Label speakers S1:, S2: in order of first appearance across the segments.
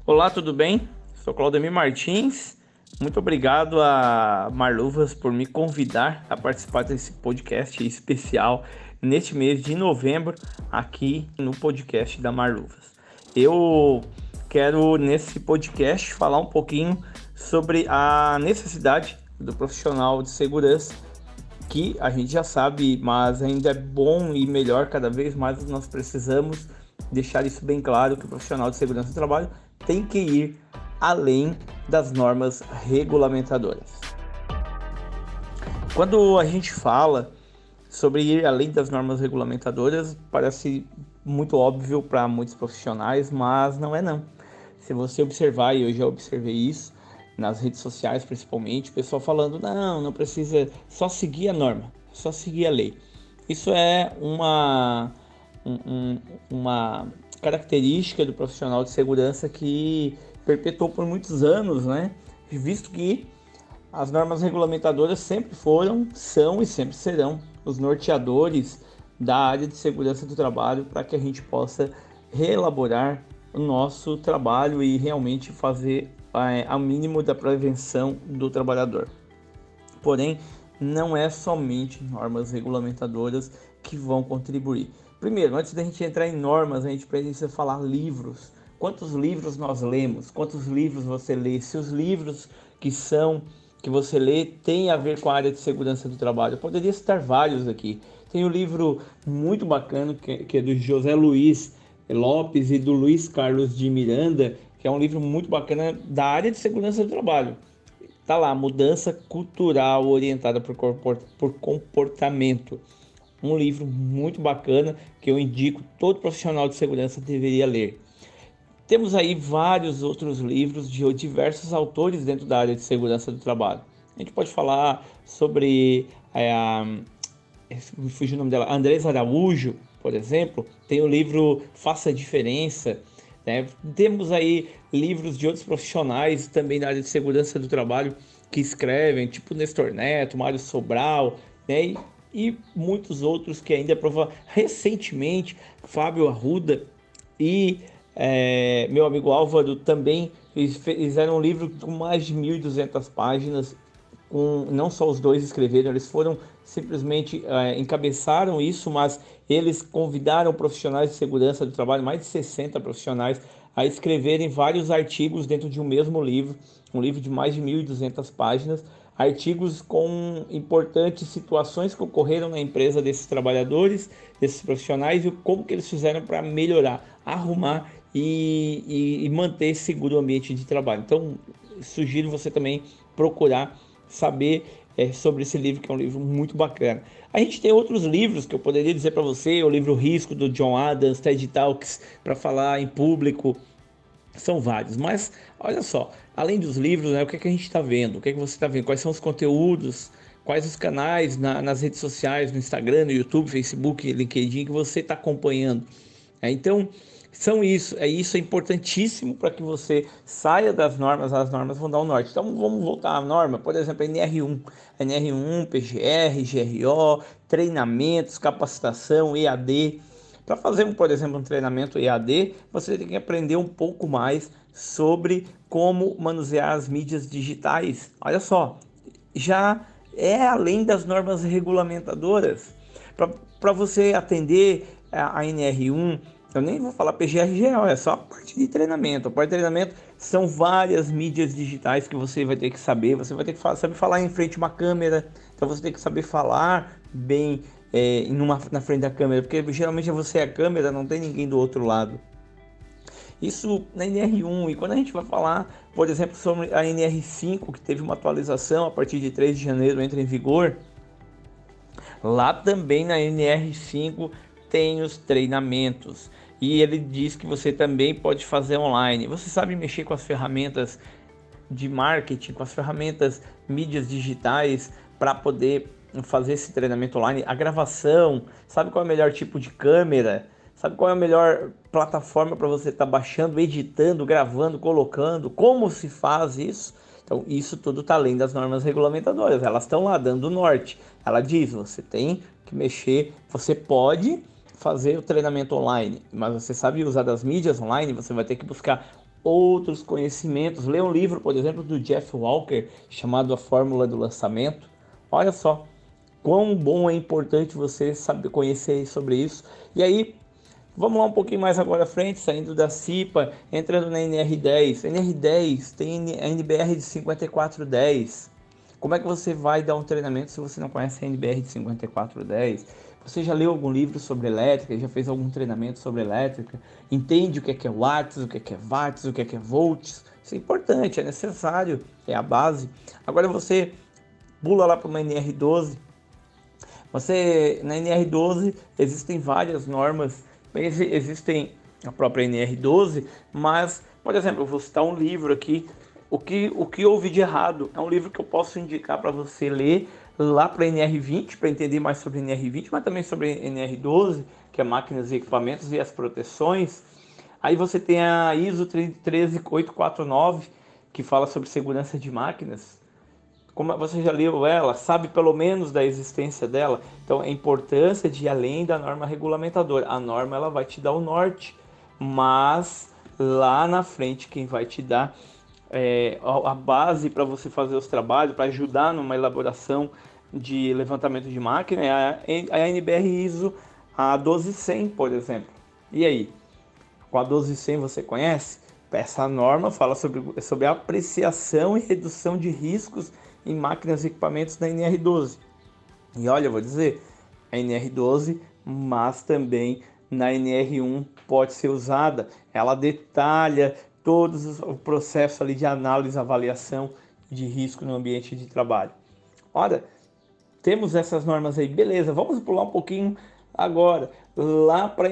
S1: Olá, tudo bem? Sou Claudemir Martins. Muito obrigado a Marluvas por me convidar a participar desse podcast especial neste mês de novembro aqui no podcast da Marluvas. Eu quero nesse podcast falar um pouquinho sobre a necessidade do profissional de segurança, que a gente já sabe, mas ainda é bom e melhor cada vez mais. Nós precisamos deixar isso bem claro, que o profissional de segurança do trabalho tem que ir além das normas regulamentadoras. Quando a gente fala sobre ir além das normas regulamentadoras, parece muito óbvio para muitos profissionais, mas não é não. Se você observar, e eu já observei isso nas redes sociais principalmente, o pessoal falando, não precisa só seguir a norma, só seguir a lei. Isso é uma característica do profissional de segurança que perpetuou por muitos anos, né? Visto que as normas regulamentadoras sempre foram, são e sempre serão os norteadores da área de segurança do trabalho para que a gente possa reelaborar o nosso trabalho e realmente fazer ao mínimo da prevenção do trabalhador. Porém, não é somente normas regulamentadoras que vão contribuir. Primeiro, antes da gente entrar em normas, a gente precisa falar livros. Quantos livros nós lemos? Quantos livros você lê? Se os livros que você lê têm a ver com a área de segurança do trabalho. Eu poderia citar vários aqui. Tem um livro muito bacana que é do José Luiz Lopes e do Luiz Carlos de Miranda, que é um livro muito bacana da área de segurança do trabalho. Tá lá, mudança cultural orientada por comportamento. Um livro muito bacana que eu indico todo profissional de segurança deveria ler. Temos aí vários outros livros de diversos autores dentro da área de segurança do trabalho. A gente pode falar sobre me fugiu o nome dela, Andrés Araújo, por exemplo. Tem o livro Faça a Diferença, né? Temos aí livros de outros profissionais também da área de segurança do trabalho que escrevem, tipo Nestor Neto, Mário Sobral, né? E muitos outros que ainda recentemente, Fábio Arruda e meu amigo Álvaro também fizeram um livro com mais de 1.200 páginas. Não só os dois escreveram, eles foram simplesmente encabeçaram isso, mas eles convidaram profissionais de segurança do trabalho, mais de 60 profissionais, a escreverem vários artigos dentro de um mesmo livro, um livro de mais de 1.200 páginas, artigos com importantes situações que ocorreram na empresa desses trabalhadores, desses profissionais, e como que eles fizeram para melhorar, arrumar e manter seguro o ambiente de trabalho. Então, sugiro você também procurar saber sobre esse livro, que é um livro muito bacana. A gente tem outros livros que eu poderia dizer para você, o livro Risco, do John Adams, TED Talks, para falar em público. São vários, mas olha só, além dos livros, né, o que é que a gente está vendo? O que é que você está vendo? Quais são os conteúdos? Quais os canais nas redes sociais, no Instagram, no YouTube, Facebook, LinkedIn, que você está acompanhando? Então, isso é importantíssimo para que você saia das normas. As normas vão dar o norte. Então, vamos voltar à norma, por exemplo, a NR1, PGR, GRO, treinamentos, capacitação, EAD. Para fazer, por exemplo, um treinamento EAD, você tem que aprender um pouco mais sobre como manusear as mídias digitais. Olha só, já é além das normas regulamentadoras. Para você atender a NR1, eu nem vou falar PGR geral, é só a parte de treinamento. A parte de treinamento são várias mídias digitais que você vai ter que saber. Você vai ter que saber falar em frente a uma câmera, então você tem que saber falar bem na frente da câmera, porque geralmente é você a câmera, não tem ninguém do outro lado. Isso na NR1, e quando a gente vai falar, por exemplo, sobre a NR5, que teve uma atualização a partir de 3 de janeiro, entra em vigor, lá também na NR5 tem os treinamentos, e ele diz que você também pode fazer online. Você sabe mexer com as ferramentas de marketing, com as ferramentas mídias digitais para poder fazer esse treinamento online, a gravação, sabe qual é o melhor tipo de câmera, sabe qual é a melhor plataforma para você estar baixando, editando, gravando, colocando, como se faz isso. Então isso tudo está além das normas regulamentadoras, elas estão lá dando o norte. Ela diz, você tem que mexer, você pode fazer o treinamento online, mas você sabe usar das mídias online, você vai ter que buscar outros conhecimentos. Lê um livro, por exemplo, do Jeff Walker, chamado A Fórmula do Lançamento. Olha só quão bom é importante você saber conhecer sobre isso. E aí, vamos lá um pouquinho mais agora à frente, saindo da CIPA, entrando na NR10. NR10 tem a NBR de 5410. Como é que você vai dar um treinamento se você não conhece a NBR de 5410? Você já leu algum livro sobre elétrica? Já fez algum treinamento sobre elétrica? Entende o que é watts, o que é watts, o que é volts? Isso é importante, é necessário, é a base. Agora você pula lá para uma NR12. Na NR12 existem várias normas, existem a própria NR12, mas, por exemplo, eu vou citar um livro aqui, o que houve de errado. É um livro que eu posso indicar para você ler lá para a NR20, para entender mais sobre a NR20, mas também sobre a NR12, que é máquinas e equipamentos e as proteções. Aí você tem a ISO 13849, que fala sobre segurança de máquinas. Como você já leu ela, sabe pelo menos da existência dela. Então, a importância de ir além da norma regulamentadora. A norma ela vai te dar o norte, mas lá na frente quem vai te dar a base para você fazer os trabalhos, para ajudar numa elaboração de levantamento de máquina é a NBR ISO a 12100, por exemplo. E aí, com a 12100 você conhece? Essa norma fala sobre apreciação e redução de riscos em máquinas e equipamentos da NR12. E olha, eu vou dizer, a NR12, mas também na NR1 pode ser usada. Ela detalha todos o processo ali de análise e avaliação de risco no ambiente de trabalho. Olha, temos essas normas aí, beleza, vamos pular um pouquinho agora, lá para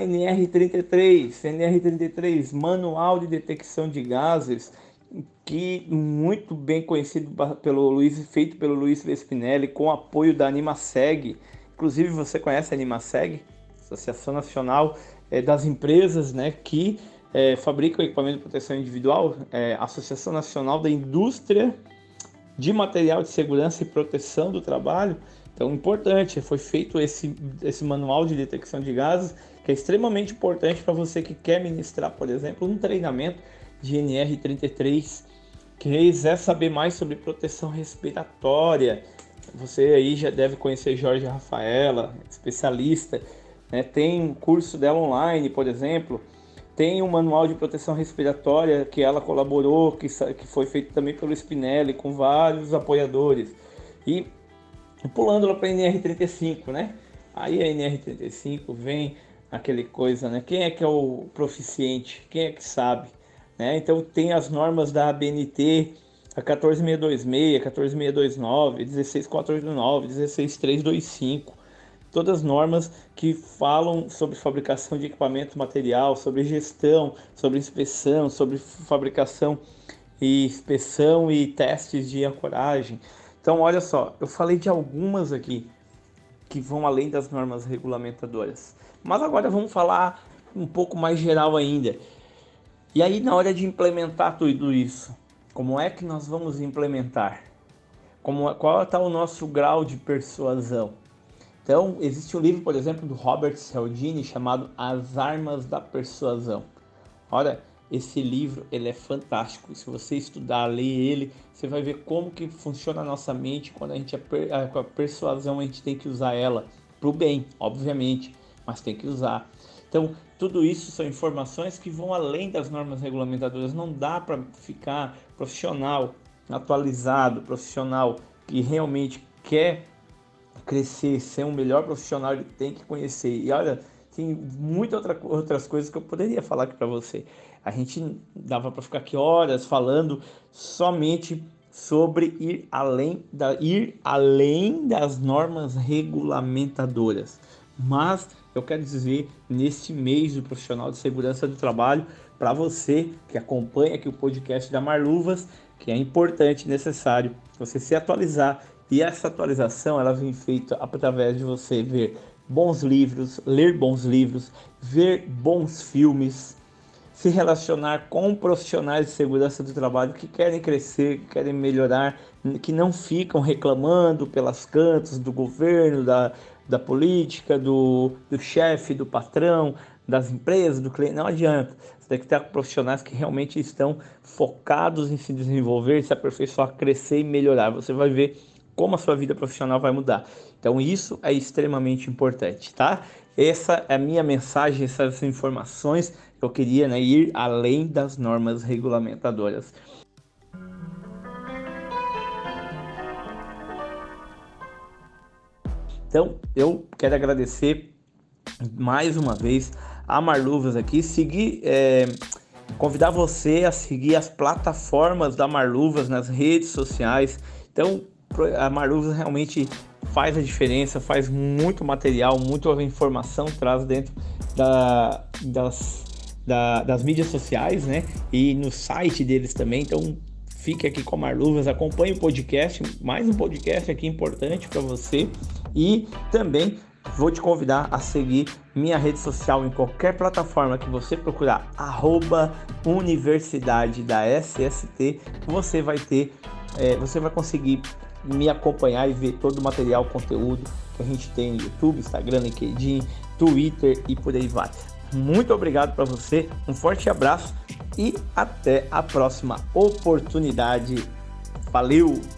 S1: NR33, Manual de Detecção de Gases, que muito bem conhecido feito pelo Luiz Vespinelli, com apoio da Animaseg. Inclusive, você conhece a Animaseg, Associação Nacional das Empresas, né, que fabricam equipamento de proteção individual, Associação Nacional da Indústria de Material de Segurança e Proteção do Trabalho. Então, importante, foi feito esse manual de detecção de gases, que é extremamente importante para você que quer ministrar, por exemplo, um treinamento de NR33, quiser saber mais sobre proteção respiratória. Você aí já deve conhecer Jorge Rafaela, especialista, né? Tem um curso dela online, por exemplo. Tem um manual de proteção respiratória que ela colaborou, que foi feito também pelo Spinelli, com vários apoiadores. E pulando lá para a NR35, né? Aí a NR35 vem aquele coisa, né? Quem é que é o proficiente? Quem é que sabe? Né? Então tem as normas da ABNT, a 14626, 14629, 16489, 16325. Todas normas que falam sobre fabricação de equipamento material, sobre gestão, sobre inspeção, sobre fabricação e inspeção e testes de ancoragem. Então, olha só, eu falei de algumas aqui que vão além das normas regulamentadoras. Mas agora vamos falar um pouco mais geral ainda. E aí, na hora de implementar tudo isso, como é que nós vamos implementar? Qual está o nosso grau de persuasão? Então, existe um livro, por exemplo, do Robert Cialdini chamado As Armas da Persuasão. Olha, esse livro ele é fantástico. Se você estudar, ler ele, você vai ver como que funciona a nossa mente quando com a persuasão a gente tem que usar ela para o bem, obviamente, mas tem que usar. Então, tudo isso são informações que vão além das normas regulamentadoras. Não dá para ficar profissional, atualizado, profissional que realmente quer crescer, ser um melhor profissional, ele tem que conhecer. E olha, tem muitas outras coisas que eu poderia falar aqui para você. A gente dava para ficar aqui horas falando somente sobre ir além das normas regulamentadoras. Mas eu quero dizer, neste mês do profissional de segurança do trabalho, para você que acompanha aqui o podcast da Marluvas, que é importante e necessário você se atualizar. E essa atualização ela vem feita através de você ver bons livros, ler bons livros, ver bons filmes, se relacionar com profissionais de segurança do trabalho que querem crescer, que querem melhorar, que não ficam reclamando pelas cantos do governo, da política, do chefe, do patrão, das empresas, do cliente. Não adianta. Você tem que ter profissionais que realmente estão focados em se desenvolver, se aperfeiçoar, crescer e melhorar. Você vai ver como a sua vida profissional vai mudar. Então isso é extremamente importante, tá? Essa é a minha mensagem, essas informações que eu queria, né, ir além das normas regulamentadoras. Então, eu quero agradecer mais uma vez a Marluvas aqui, convidar você a seguir as plataformas da Marluvas nas redes sociais. Então, a Marluvas realmente faz a diferença, faz muito material, muita informação, traz dentro das mídias sociais, né? E no site deles também. Então, fique aqui com a Marluvas, acompanhe o podcast, mais um podcast aqui importante para você. E também vou te convidar a seguir minha rede social em qualquer plataforma que você procurar, @Universidade da SST, você vai conseguir me acompanhar e ver todo o material, conteúdo que a gente tem no YouTube, Instagram, LinkedIn, Twitter e por aí vai. Muito obrigado para você, um forte abraço e até a próxima oportunidade. Valeu!